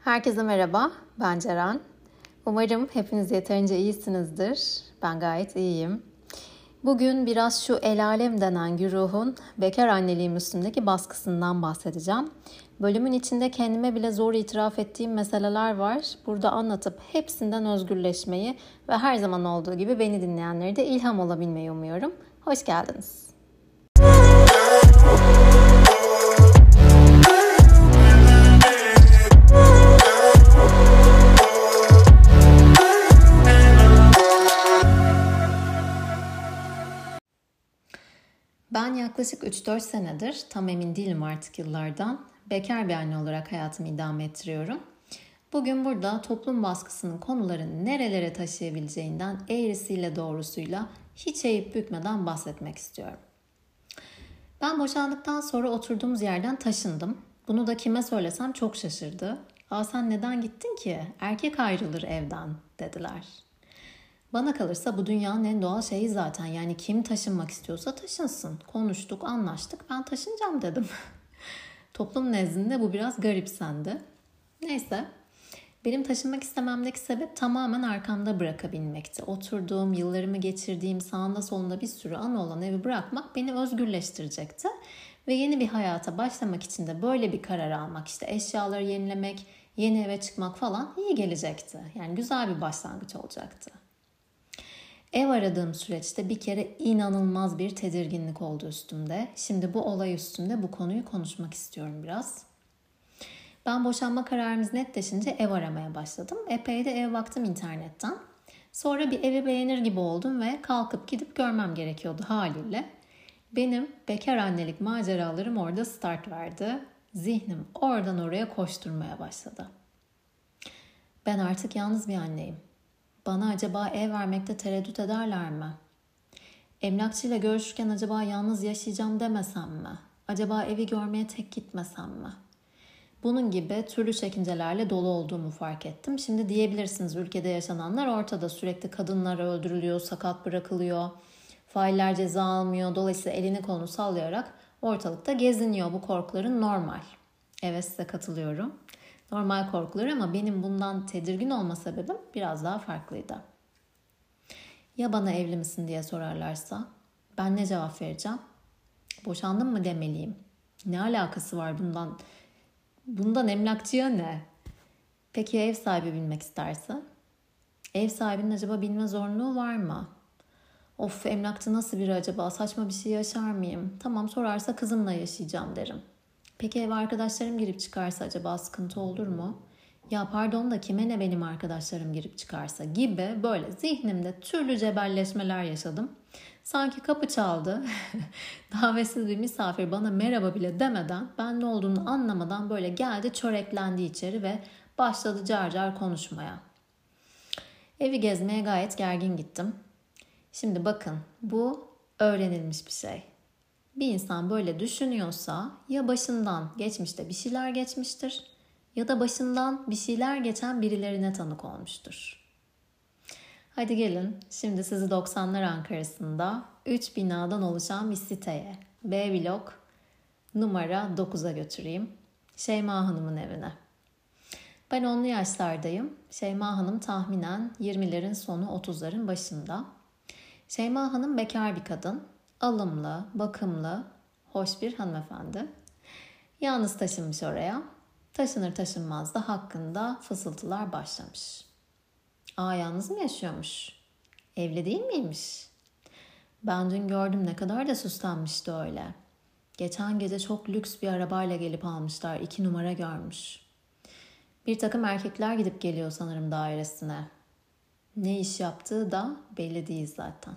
Herkese merhaba, ben Ceren. Umarım hepiniz yeterince iyisinizdir. Ben gayet iyiyim. Bugün biraz şu el alem denen güruhun bekar anneliğim üstündeki baskısından bahsedeceğim. Bölümün içinde kendime bile zor itiraf ettiğim meseleler var. Burada anlatıp hepsinden özgürleşmeyi ve her zaman olduğu gibi beni dinleyenlere de ilham olabilmeyi umuyorum. Hoş geldiniz. Ben yaklaşık 3-4 senedir, tam emin değilim artık yıllardan, bekar bir anne olarak hayatımı idame ettiriyorum. Bugün burada toplum baskısının konularını nerelere taşıyabileceğinden eğrisiyle doğrusuyla hiç eğip bükmeden bahsetmek istiyorum. Ben boşandıktan sonra oturduğumuz yerden taşındım. Bunu da kime söylesem çok şaşırdı. "Aa, sen neden gittin ki? Erkek ayrılır evden," dediler. Bana kalırsa bu dünyanın en doğal şeyi zaten. Yani kim taşınmak istiyorsa taşınsın. Konuştuk, anlaştık. Ben taşınacağım dedim. Toplum nezdinde bu biraz garipsendi. Neyse. Benim taşınmak istememdeki sebep tamamen arkamda bırakabilmekti. Oturduğum, yıllarımı geçirdiğim, sağında solunda bir sürü anı olan evi bırakmak beni özgürleştirecekti. Ve yeni bir hayata başlamak için de böyle bir karar almak, işte eşyaları yenilemek, yeni eve çıkmak falan iyi gelecekti. Yani güzel bir başlangıç olacaktı. Ev aradığım süreçte bir kere inanılmaz bir tedirginlik oldu üstümde. Şimdi bu olay üstünde bu konuyu konuşmak istiyorum biraz. Ben boşanma kararımız netleşince ev aramaya başladım. Epey de ev baktım internetten. Sonra bir evi beğenir gibi oldum ve kalkıp gidip görmem gerekiyordu haliyle. Benim bekar annelik maceralarım orada start verdi. Zihnim oradan oraya koşturmaya başladı. Ben artık yalnız bir anneyim. Bana acaba ev vermekte tereddüt ederler mi? Emlakçıyla görüşürken acaba yalnız yaşayacağım demesem mi? Acaba evi görmeye tek gitmesem mi? Bunun gibi türlü çekincelerle dolu olduğumu fark ettim. Şimdi diyebilirsiniz, ülkede yaşananlar ortada. Sürekli kadınlar öldürülüyor, sakat bırakılıyor, failler ceza almıyor. Dolayısıyla elini kolunu sallayarak ortalıkta geziniyor. Bu korkuların normal. Evet, size katılıyorum. Normal korkular ama benim bundan tedirgin olma sebebim biraz daha farklıydı. Ya bana evli misin diye sorarlarsa ben ne cevap vereceğim? Boşandın mı demeliyim? Ne alakası var bundan? Bundan emlakçıya ne? Peki ev sahibi bilmek isterse? Ev sahibinin acaba bilme zorunluluğu var mı? Of, emlakçı nasıl biri acaba? Saçma bir şey yaşar mıyım? Tamam, sorarsa kızımla yaşayacağım derim. Peki ev arkadaşlarım girip çıkarsa acaba sıkıntı olur mu? Ya pardon da kime ne benim arkadaşlarım girip çıkarsa gibi böyle zihnimde türlü cebelleşmeler yaşadım. Sanki kapı çaldı. Davetsiz bir misafir bana merhaba bile demeden, ben ne olduğunu anlamadan böyle geldi, çöreklendi içeri ve başladı car car konuşmaya. Evi gezmeye gayet gergin gittim. Şimdi bakın, bu öğrenilmiş bir şey. Bir insan böyle düşünüyorsa ya başından geçmişte bir şeyler geçmiştir ya da başından bir şeyler geçen birilerine tanık olmuştur. Hadi gelin şimdi sizi 90'lar Ankara'sında 3 binadan oluşan bir siteye, B blok numara 9'a götüreyim. Şeyma Hanım'ın evine. Ben 10'lu yaşlardayım. Şeyma Hanım tahminen 20'lerin sonu 30'ların başında. Şeyma Hanım bekar bir kadın. Alımlı, bakımlı, hoş bir hanımefendi. Yalnız taşınmış oraya. Taşınır taşınmaz da hakkında fısıltılar başlamış. Aa, yalnız mı yaşıyormuş? Evli değil miymiş? Ben dün gördüm, ne kadar da süslenmişti öyle. Geçen gece çok lüks bir arabayla gelip almışlar. 2 numara görmüş. Bir takım erkekler gidip geliyor sanırım dairesine. Ne iş yaptığı da belli değil zaten.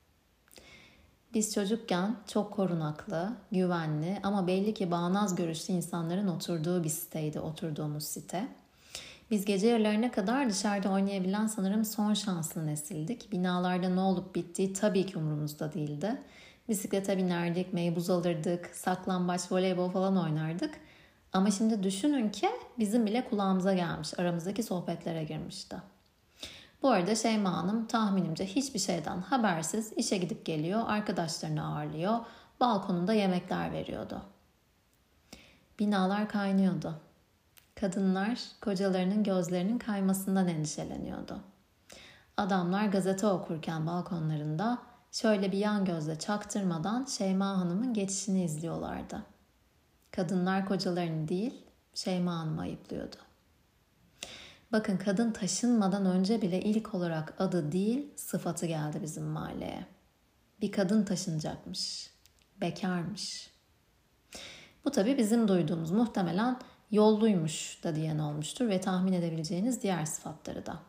Biz çocukken çok korunaklı, güvenli ama belli ki bağnaz görüşlü insanların oturduğu bir siteydi oturduğumuz site. Biz gece yarılarına kadar dışarıda oynayabilen sanırım son şanslı nesildik. Binalarda ne olup bittiği tabii ki umurumuzda değildi. Bisiklete binerdik, meybuz alırdık, saklambaç, voleybol falan oynardık. Ama şimdi düşünün ki bizim bile kulağımıza gelmiş, aramızdaki sohbetlere girmişti. Bu arada Şeyma Hanım tahminimce hiçbir şeyden habersiz işe gidip geliyor, arkadaşlarını ağırlıyor, balkonunda yemekler veriyordu. Binalar kaynıyordu. Kadınlar kocalarının gözlerinin kaymasından endişeleniyordu. Adamlar gazete okurken balkonlarında şöyle bir yan gözle çaktırmadan Şeyma Hanım'ın geçişini izliyorlardı. Kadınlar kocalarını değil, Şeyma Hanım'ı ayıplıyordu. Bakın, kadın taşınmadan önce bile ilk olarak adı değil, sıfatı geldi bizim mahalleye. Bir kadın taşınacakmış, bekarmış. Bu tabii bizim duyduğumuz, muhtemelen yolluymuş da diyen olmuştur ve tahmin edebileceğiniz diğer sıfatları da.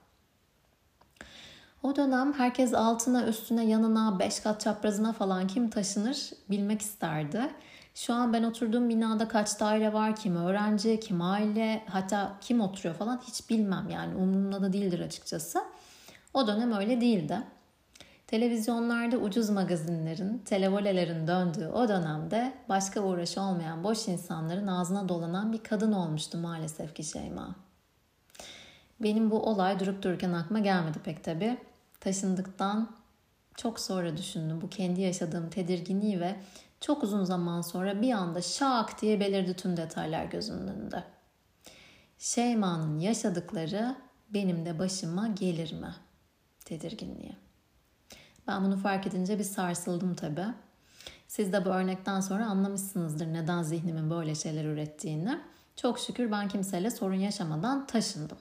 O dönem herkes altına, üstüne, yanına, 5 kat çaprazına falan kim taşınır bilmek isterdi. Şu an ben oturduğum binada kaç daire var, kim öğrenci, kim aile, hatta kim oturuyor falan hiç bilmem, yani umurumda da değildir açıkçası. O dönem öyle değildi. Televizyonlarda ucuz magazinlerin, televolelerin döndüğü o dönemde başka uğraşı olmayan boş insanların ağzına dolanan bir kadın olmuştu maalesef ki Şeyma. Benim bu olay durup dururken aklıma gelmedi pek tabii. Taşındıktan çok sonra düşündüm bu kendi yaşadığım tedirginliği ve çok uzun zaman sonra bir anda şak diye belirdi tüm detaylar gözümün önünde. Şeyma'nın yaşadıkları benim de başıma gelir mi? Tedirginliği. Ben bunu fark edince bir sarsıldım tabii. Siz de bu örnekten sonra anlamışsınızdır neden zihnimin böyle şeyler ürettiğini. Çok şükür ben kimseyle sorun yaşamadan taşındım.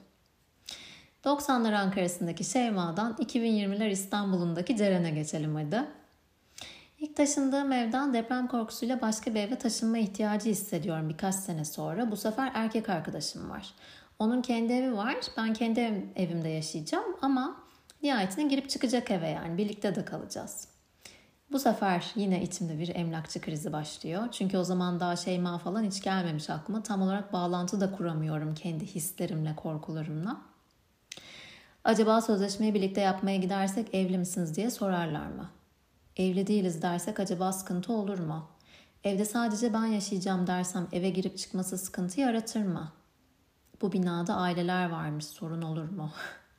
90'lar Ankara'sındaki Şeyma'dan 2020'ler İstanbul'undaki Ceren'e geçelim hadi. İlk taşındığım evden deprem korkusuyla başka bir eve taşınma ihtiyacı hissediyorum birkaç sene sonra. Bu sefer erkek arkadaşım var. Onun kendi evi var. Ben kendi evimde yaşayacağım ama nihayetinde girip çıkacak eve, yani birlikte de kalacağız. Bu sefer yine içimde bir emlakçı krizi başlıyor. Çünkü o zaman daha Şeyma falan hiç gelmemiş aklıma. Tam olarak bağlantı da kuramıyorum kendi hislerimle, korkularımla. Acaba sözleşmeyi birlikte yapmaya gidersek evli misiniz diye sorarlar mı? Evli değiliz dersek acaba sıkıntı olur mu? Evde sadece ben yaşayacağım dersem eve girip çıkması sıkıntı yaratır mı? Bu binada aileler varmış, sorun olur mu?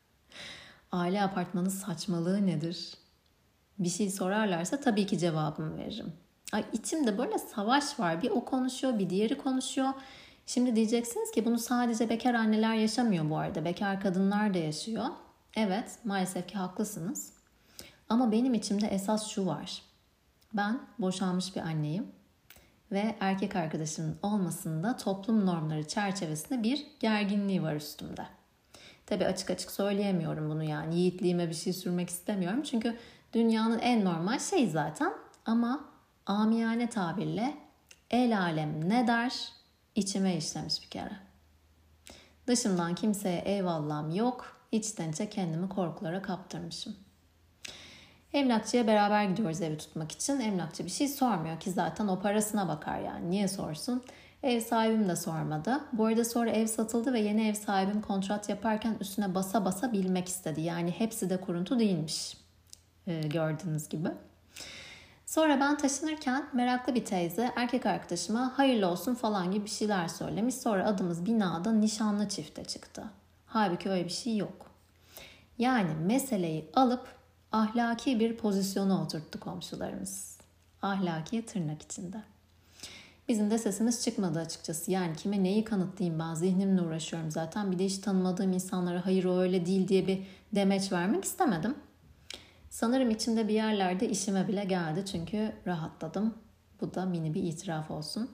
Aile apartmanı saçmalığı nedir? Bir şey sorarlarsa tabii ki cevabımı veririm. Ay, içimde böyle savaş var. Bir o konuşuyor, bir diğeri konuşuyor. Şimdi diyeceksiniz ki bunu sadece bekar anneler yaşamıyor bu arada. Bekar kadınlar da yaşıyor. Evet, maalesef ki haklısınız. Ama benim içimde esas şu var. Ben boşanmış bir anneyim ve erkek arkadaşımın olmasında toplum normları çerçevesinde bir gerginliği var üstümde. Tabii açık açık söyleyemiyorum bunu, yani yiğitliğime bir şey sürmek istemiyorum. Çünkü dünyanın en normal şeyi zaten, ama amiyane tabirle el alem ne der içime işlemiş bir kere. Dışımdan kimseye eyvallahım yok, içten içe kendimi korkulara kaptırmışım. Emlakçıya beraber gidiyoruz evi tutmak için. Emlakçı bir şey sormuyor ki zaten o parasına bakar, yani niye sorsun? Ev sahibim de sormadı. Bu arada sonra ev satıldı ve yeni ev sahibim kontrat yaparken üstüne basa basa bilmek istedi. Yani hepsi de kuruntu değilmiş gördüğünüz gibi. Sonra ben taşınırken meraklı bir teyze erkek arkadaşıma hayırlı olsun falan gibi bir şeyler söylemiş. Sonra adımız binada nişanlı çifte çıktı. Halbuki öyle bir şey yok. Yani meseleyi alıp ahlaki bir pozisyona oturttu komşularımız. Ahlaki tırnak içinde. Bizim de sesimiz çıkmadı açıkçası. Yani kime neyi kanıtlayayım, ben zihnimle uğraşıyorum zaten. Bir de hiç tanımadığım insanlara hayır o öyle değil diye bir demeç vermek istemedim. Sanırım içimde bir yerlerde işime bile geldi çünkü rahatladım. Bu da mini bir itiraf olsun.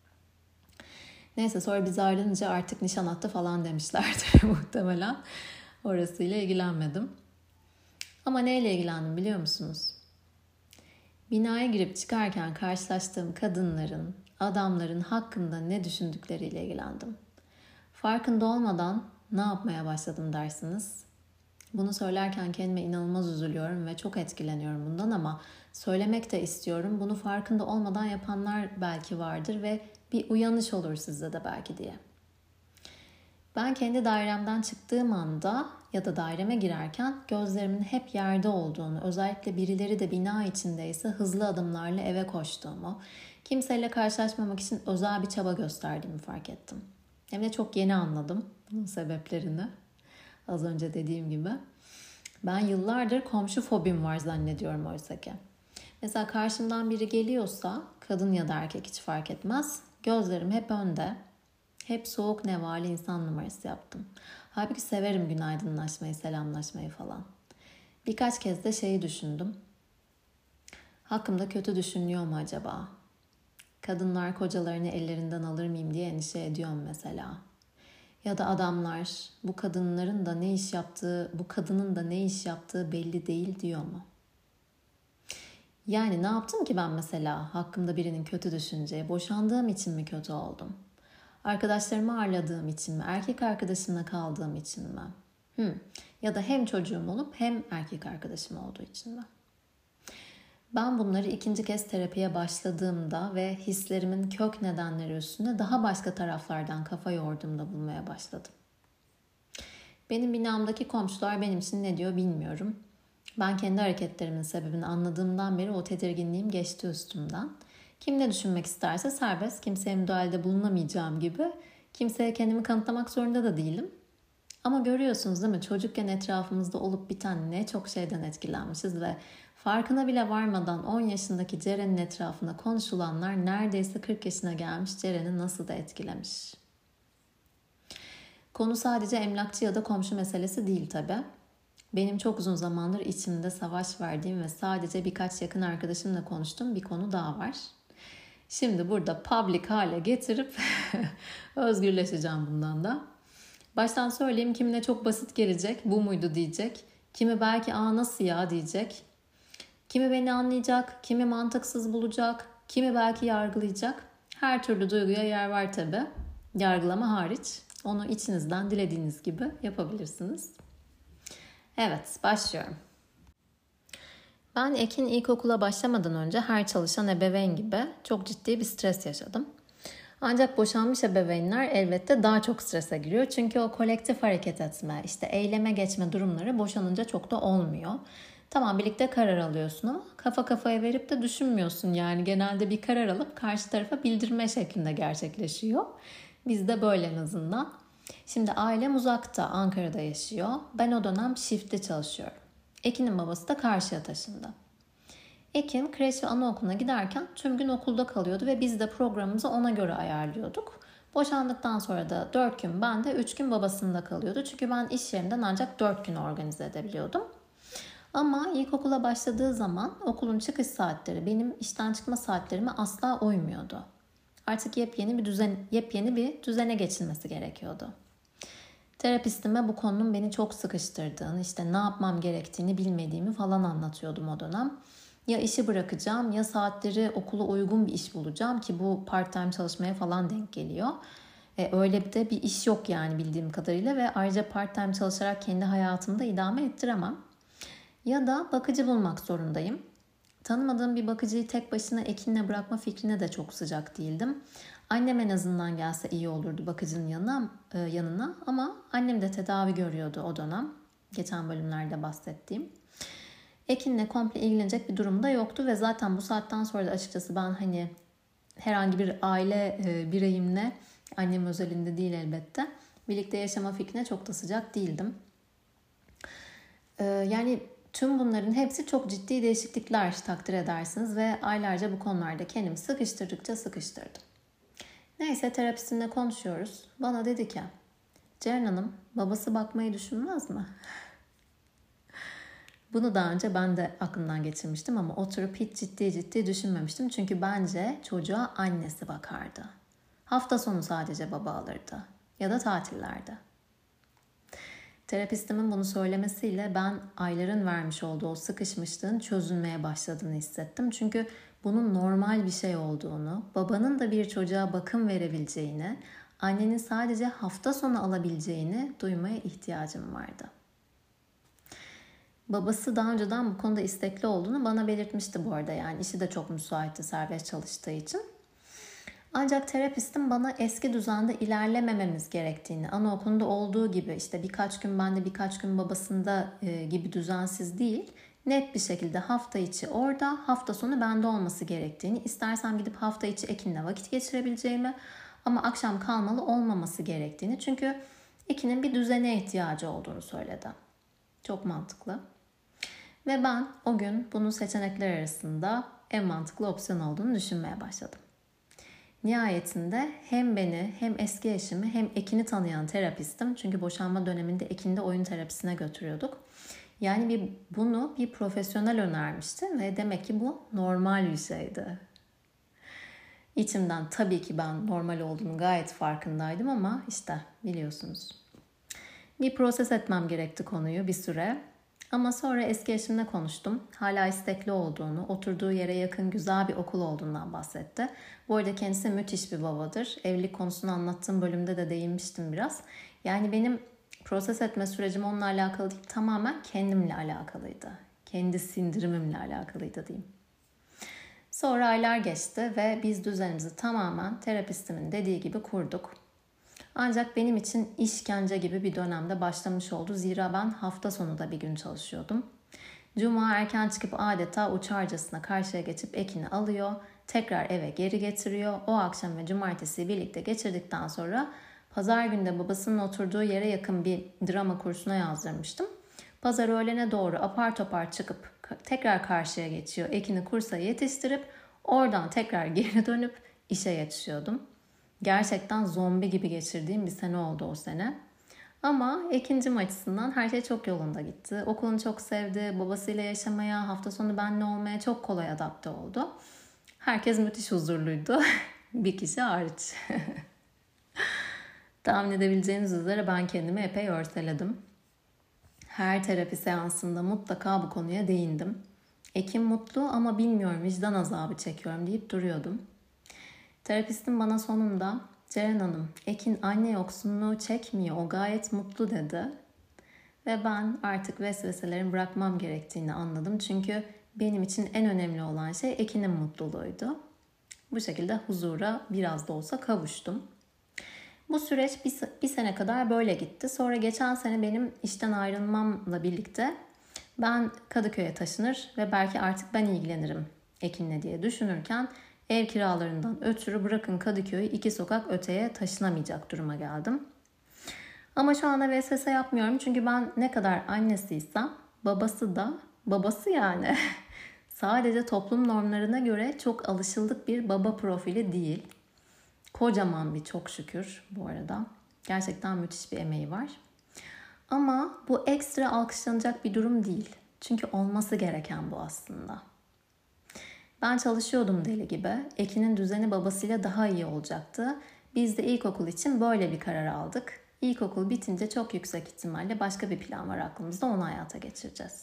Neyse, sonra biz ayrılınca artık nişan attı falan demişlerdi muhtemelen. Orasıyla ilgilenmedim. Ama neyle ilgilendim biliyor musunuz? Binaya girip çıkarken karşılaştığım kadınların, adamların hakkında ne düşündükleriyle ilgilendim. Farkında olmadan ne yapmaya başladım dersiniz? Bunu söylerken kendime inanılmaz üzülüyorum ve çok etkileniyorum bundan, ama söylemek de istiyorum. Bunu farkında olmadan yapanlar belki vardır ve bir uyanış olur sizde de belki diye. Ben kendi dairemden çıktığım anda ya da daireme girerken gözlerimin hep yerde olduğunu, özellikle birileri de bina içindeyse hızlı adımlarla eve koştuğumu, kimseyle karşılaşmamak için özel bir çaba gösterdiğimi fark ettim. Hem de çok yeni anladım bunun sebeplerini. Az önce dediğim gibi. Ben yıllardır komşu fobim var zannediyorum oysa ki. Mesela karşımdan biri geliyorsa, kadın ya da erkek hiç fark etmez, gözlerim hep önde. Hep soğuk nevale insan numarası yaptım. Halbuki severim günaydınlaşmayı, selamlaşmayı falan. Birkaç kez de şeyi düşündüm. Hakkımda kötü düşünüyor mu acaba? Kadınlar kocalarını ellerinden alır mıyım diye endişe ediyorum mesela. Ya da adamlar bu kadının da ne iş yaptığı belli değil diyor mu? Yani ne yaptım ki ben mesela hakkımda birinin kötü düşüneceği? Boşandığım için mi kötü oldum? Arkadaşlarımı ağırladığım için mi? Erkek arkadaşımla kaldığım için mi? Ya da hem çocuğum olup hem erkek arkadaşım olduğu için mi? Ben bunları ikinci kez terapiye başladığımda ve hislerimin kök nedenleri üstünde daha başka taraflardan kafa yorduğumda bulmaya başladım. Benim binamdaki komşular benim için ne diyor bilmiyorum. Ben kendi hareketlerimin sebebini anladığımdan beri o tedirginliğim geçti üstümden. Kim ne düşünmek isterse serbest, kimseye müdahalede bulunamayacağım gibi kimseye kendimi kanıtlamak zorunda da değilim. Ama görüyorsunuz değil mi? Çocukken etrafımızda olup biten ne çok şeyden etkilenmişiz ve farkına bile varmadan 10 yaşındaki Ceren'in etrafında konuşulanlar neredeyse 40 yaşına gelmiş Ceren'i nasıl da etkilemiş. Konu sadece emlakçı ya da komşu meselesi değil tabii. Benim çok uzun zamandır içimde savaş verdiğim ve sadece birkaç yakın arkadaşımla konuştuğum bir konu daha var. Şimdi burada public hale getirip özgürleşeceğim bundan da. Baştan söyleyeyim, kimine çok basit gelecek, bu muydu diyecek. Kimi belki nasıl ya diyecek. Kimi beni anlayacak, kimi mantıksız bulacak, kimi belki yargılayacak. Her türlü duyguya yer var tabii. Yargılama hariç. Onu içinizden dilediğiniz gibi yapabilirsiniz. Evet, başlıyorum. Ben Ekin ilkokula başlamadan önce her çalışan ebeveyn gibi çok ciddi bir stres yaşadım. Ancak boşanmış ebeveynler elbette daha çok strese giriyor. Çünkü o kolektif hareket etme, işte eyleme geçme durumları boşanınca çok da olmuyor. Tamam, birlikte karar alıyorsun ama kafa kafaya verip de düşünmüyorsun. Yani genelde bir karar alıp karşı tarafa bildirme şeklinde gerçekleşiyor. Bizde böyle en azından. Şimdi ailem uzakta, Ankara'da yaşıyor. Ben o dönem shift'te çalışıyorum. Ekin'in babası da karşıya taşındı. Ekin kreş ve anaokuluna giderken tüm gün okulda kalıyordu ve biz de programımızı ona göre ayarlıyorduk. Boşandıktan sonra da 4 gün ben de 3 gün babasında kalıyordu. Çünkü ben iş yerimden ancak 4 gün organize edebiliyordum. Ama ilkokula başladığı zaman okulun çıkış saatleri benim işten çıkma saatlerime asla uymuyordu. Artık yepyeni bir düzene geçilmesi gerekiyordu. Terapistime bu konunun beni çok sıkıştırdığını, işte ne yapmam gerektiğini bilmediğimi falan anlatıyordum o dönem. Ya işi bırakacağım ya saatleri okula uygun bir iş bulacağım ki bu part time çalışmaya falan denk geliyor. Öyle de bir iş yok yani bildiğim kadarıyla ve ayrıca part time çalışarak kendi hayatımı da idame ettiremem. Ya da bakıcı bulmak zorundayım. Tanımadığım bir bakıcıyı tek başına Ekin'le bırakma fikrine de çok sıcak değildim. Annem en azından gelse iyi olurdu bakıcının yanına ama annem de tedavi görüyordu o dönem. Geçen bölümlerde bahsettiğim. Ekin'le komple ilgilenecek bir durumda yoktu ve zaten bu saatten sonra da açıkçası ben herhangi bir aile bireyimle, annem özelinde değil elbette, birlikte yaşama fikrine çok da sıcak değildim. Yani tüm bunların hepsi çok ciddi değişiklikler takdir edersiniz ve aylarca bu konularda kendimi sıkıştırdıkça sıkıştırdım. Neyse terapistimle konuşuyoruz. Bana dedi ki, Ceren Hanım babası bakmayı düşünmez mi? Bunu daha önce ben de aklımdan geçirmiştim ama oturup hiç ciddi düşünmemiştim. Çünkü bence çocuğa annesi bakardı. Hafta sonu sadece baba alırdı ya da tatillerde. Terapistimin bunu söylemesiyle ben ayların vermiş olduğu o sıkışmışlığın çözülmeye başladığını hissettim. Çünkü bunun normal bir şey olduğunu, babanın da bir çocuğa bakım verebileceğini, annenin sadece hafta sonu alabileceğini duymaya ihtiyacım vardı. Babası daha önceden bu konuda istekli olduğunu bana belirtmişti bu arada. Yani işi de çok müsaitti serbest çalıştığı için. Ancak terapistim bana eski düzende ilerlemememiz gerektiğini, anaokulunda olduğu gibi işte birkaç gün bende birkaç gün babasında gibi düzensiz değil, net bir şekilde hafta içi orada, hafta sonu bende olması gerektiğini, istersem gidip hafta içi Ekin'le vakit geçirebileceğimi ama akşam kalmalı olmaması gerektiğini, çünkü Ekin'in bir düzene ihtiyacı olduğunu söyledi. Çok mantıklı. Ve ben o gün bunun seçenekler arasında en mantıklı opsiyon olduğunu düşünmeye başladım. Nihayetinde hem beni hem eski eşimi hem Ekin'i tanıyan terapistim. Çünkü boşanma döneminde Ekin'i de oyun terapisine götürüyorduk. Yani bunu bir profesyonel önermişti ve demek ki bu normal bir şeydi. İçimden tabii ki ben normal olduğunu gayet farkındaydım ama işte biliyorsunuz. Bir proses etmem gerekti konuyu bir süre. Ama sonra eski eşimle konuştum. Hala istekli olduğunu, oturduğu yere yakın güzel bir okul olduğundan bahsetti. Bu arada kendisi müthiş bir babadır. Evlilik konusunu anlattığım bölümde de değinmiştim biraz. Yani benim proses etme sürecim onunla alakalı değil, tamamen kendimle alakalıydı. Kendi sindirimimle alakalıydı diyeyim. Sonra aylar geçti ve biz düzenimizi tamamen terapistimin dediği gibi kurduk. Ancak benim için işkence gibi bir dönemde başlamış oldu. Zira ben hafta sonu da bir gün çalışıyordum. Cuma erken çıkıp adeta uçarcasına karşıya geçip Ekin'i alıyor. Tekrar eve geri getiriyor. O akşam ve cumartesi birlikte geçirdikten sonra pazar günde babasının oturduğu yere yakın bir drama kursuna yazdırmıştım. Pazar öğlene doğru apar topar çıkıp tekrar karşıya geçiyor. Ekin'i kursa yetiştirip oradan tekrar geri dönüp işe yetişiyordum. Gerçekten zombi gibi geçirdiğim bir sene oldu o sene. Ama Ekin'cim açısından her şey çok yolunda gitti. Okulunu çok sevdi, babasıyla yaşamaya, hafta sonu benle olmaya çok kolay adapte oldu. Herkes müthiş huzurluydu. Bir kişi hariç. Tahmin edebileceğiniz üzere ben kendimi epey örseledim. Her terapi seansında mutlaka bu konuya değindim. Ekin mutlu ama bilmiyorum, vicdan azabı çekiyorum deyip duruyordum. Terapistim bana sonunda Ceren Hanım, Ekin anne yoksunluğu çekmiyor, o gayet mutlu dedi. Ve ben artık vesveselerin bırakmam gerektiğini anladım. Çünkü benim için en önemli olan şey Ekin'in mutluluğuydu. Bu şekilde huzura biraz da olsa kavuştum. Bu süreç bir sene kadar böyle gitti. Sonra geçen sene benim işten ayrılmamla birlikte ben Kadıköy'e taşınır ve belki artık ben ilgilenirim Ekin'le diye düşünürken ev kiralarından ötürü bırakın Kadıköy'ü 2 sokak öteye taşınamayacak duruma geldim. Ama şu anda vesvese yapmıyorum çünkü ben ne kadar annesiysem babası da babası yani. Sadece toplum normlarına göre çok alışıldık bir baba profili değil. Kocaman bir çok şükür bu arada. Gerçekten müthiş bir emeği var. Ama bu ekstra alkışlanacak bir durum değil. Çünkü olması gereken bu aslında. Ben çalışıyordum deli gibi. Ekin'in düzeni babasıyla daha iyi olacaktı. Biz de ilkokul için böyle bir karar aldık. İlkokul bitince çok yüksek ihtimalle başka bir plan var aklımızda, onu hayata geçireceğiz.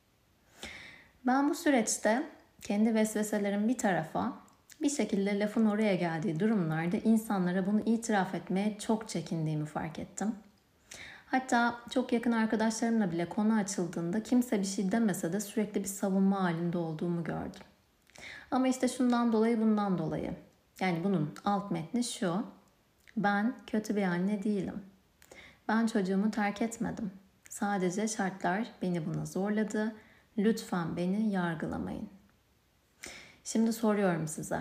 Ben bu süreçte kendi vesveselerim bir tarafa, bir şekilde lafın oraya geldiği durumlarda insanlara bunu itiraf etmeye çok çekindiğimi fark ettim. Hatta çok yakın arkadaşlarımla bile konu açıldığında kimse bir şey demese de sürekli bir savunma halinde olduğumu gördüm. Ama işte şundan dolayı bundan dolayı. Yani bunun alt metni şu. Ben kötü bir anne değilim. Ben çocuğumu terk etmedim. Sadece şartlar beni buna zorladı. Lütfen beni yargılamayın. Şimdi soruyorum size.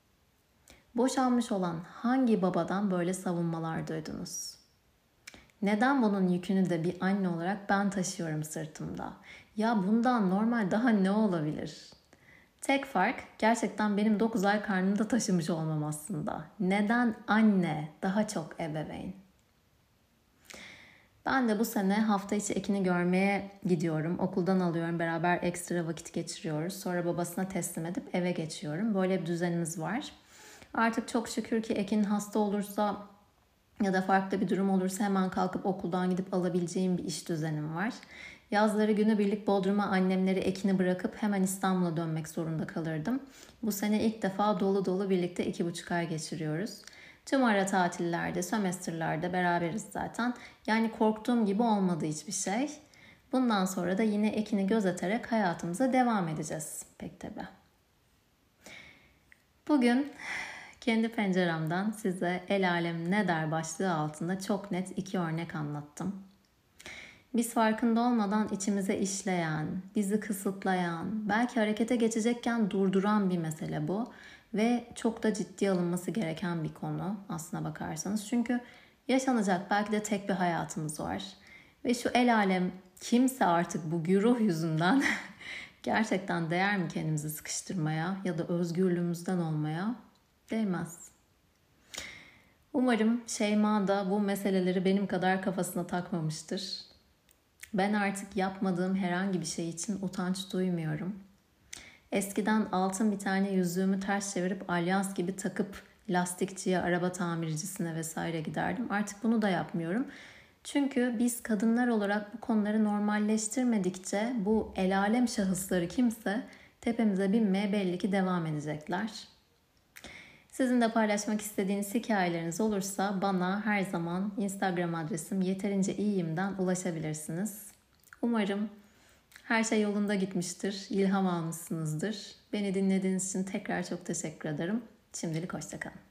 Boşanmış olan hangi babadan böyle savunmalar duydunuz? Neden bunun yükünü de bir anne olarak ben taşıyorum sırtımda? Ya bundan normal daha ne olabilir? Tek fark gerçekten benim 9 ay karnımda taşımış olmam aslında. Neden anne daha çok ebeveyn? Ben de bu sene hafta içi Ekin'i görmeye gidiyorum. Okuldan alıyorum, beraber ekstra vakit geçiriyoruz. Sonra babasına teslim edip eve geçiyorum. Böyle bir düzenimiz var. Artık çok şükür ki Ekin hasta olursa ya da farklı bir durum olursa hemen kalkıp okuldan gidip alabileceğim bir iş düzenim var. Yazları günübirlik Bodrum'a annemleri Ekin'i bırakıp hemen İstanbul'a dönmek zorunda kalırdım. Bu sene ilk defa dolu dolu birlikte 2,5 ay geçiriyoruz. Tüm ara tatillerde, sömestrlerde beraberiz zaten. Yani korktuğum gibi olmadı hiçbir şey. Bundan sonra da yine Ekin'i gözeterek hayatımıza devam edeceğiz pek tabii. Bugün kendi penceremden size El Alem Ne Der başlığı altında çok net 2 örnek anlattım. Biz farkında olmadan içimize işleyen, bizi kısıtlayan, belki harekete geçecekken durduran bir mesele bu. Ve çok da ciddiye alınması gereken bir konu aslına bakarsanız. Çünkü yaşanacak belki de tek bir hayatımız var. Ve şu el alem kimse artık bu güruh yüzünden gerçekten değer mi kendimizi sıkıştırmaya ya da özgürlüğümüzden olmaya? Değmez. Umarım Şeyma da bu meseleleri benim kadar kafasına takmamıştır. Ben artık yapmadığım herhangi bir şey için utanç duymuyorum. Eskiden altın bir tane yüzüğümü ters çevirip alyans gibi takıp lastikçiye, araba tamircisine vesaire giderdim. Artık bunu da yapmıyorum. Çünkü biz kadınlar olarak bu konuları normalleştirmedikçe bu el alem şahısları kimse tepemize binmeye belli ki devam edecekler. Sizin de paylaşmak istediğiniz hikayeleriniz olursa bana her zaman Instagram adresim yeterince iyiyimden ulaşabilirsiniz. Umarım her şey yolunda gitmiştir, ilham almışsınızdır. Beni dinlediğiniz için tekrar çok teşekkür ederim. Şimdilik hoşça kalın.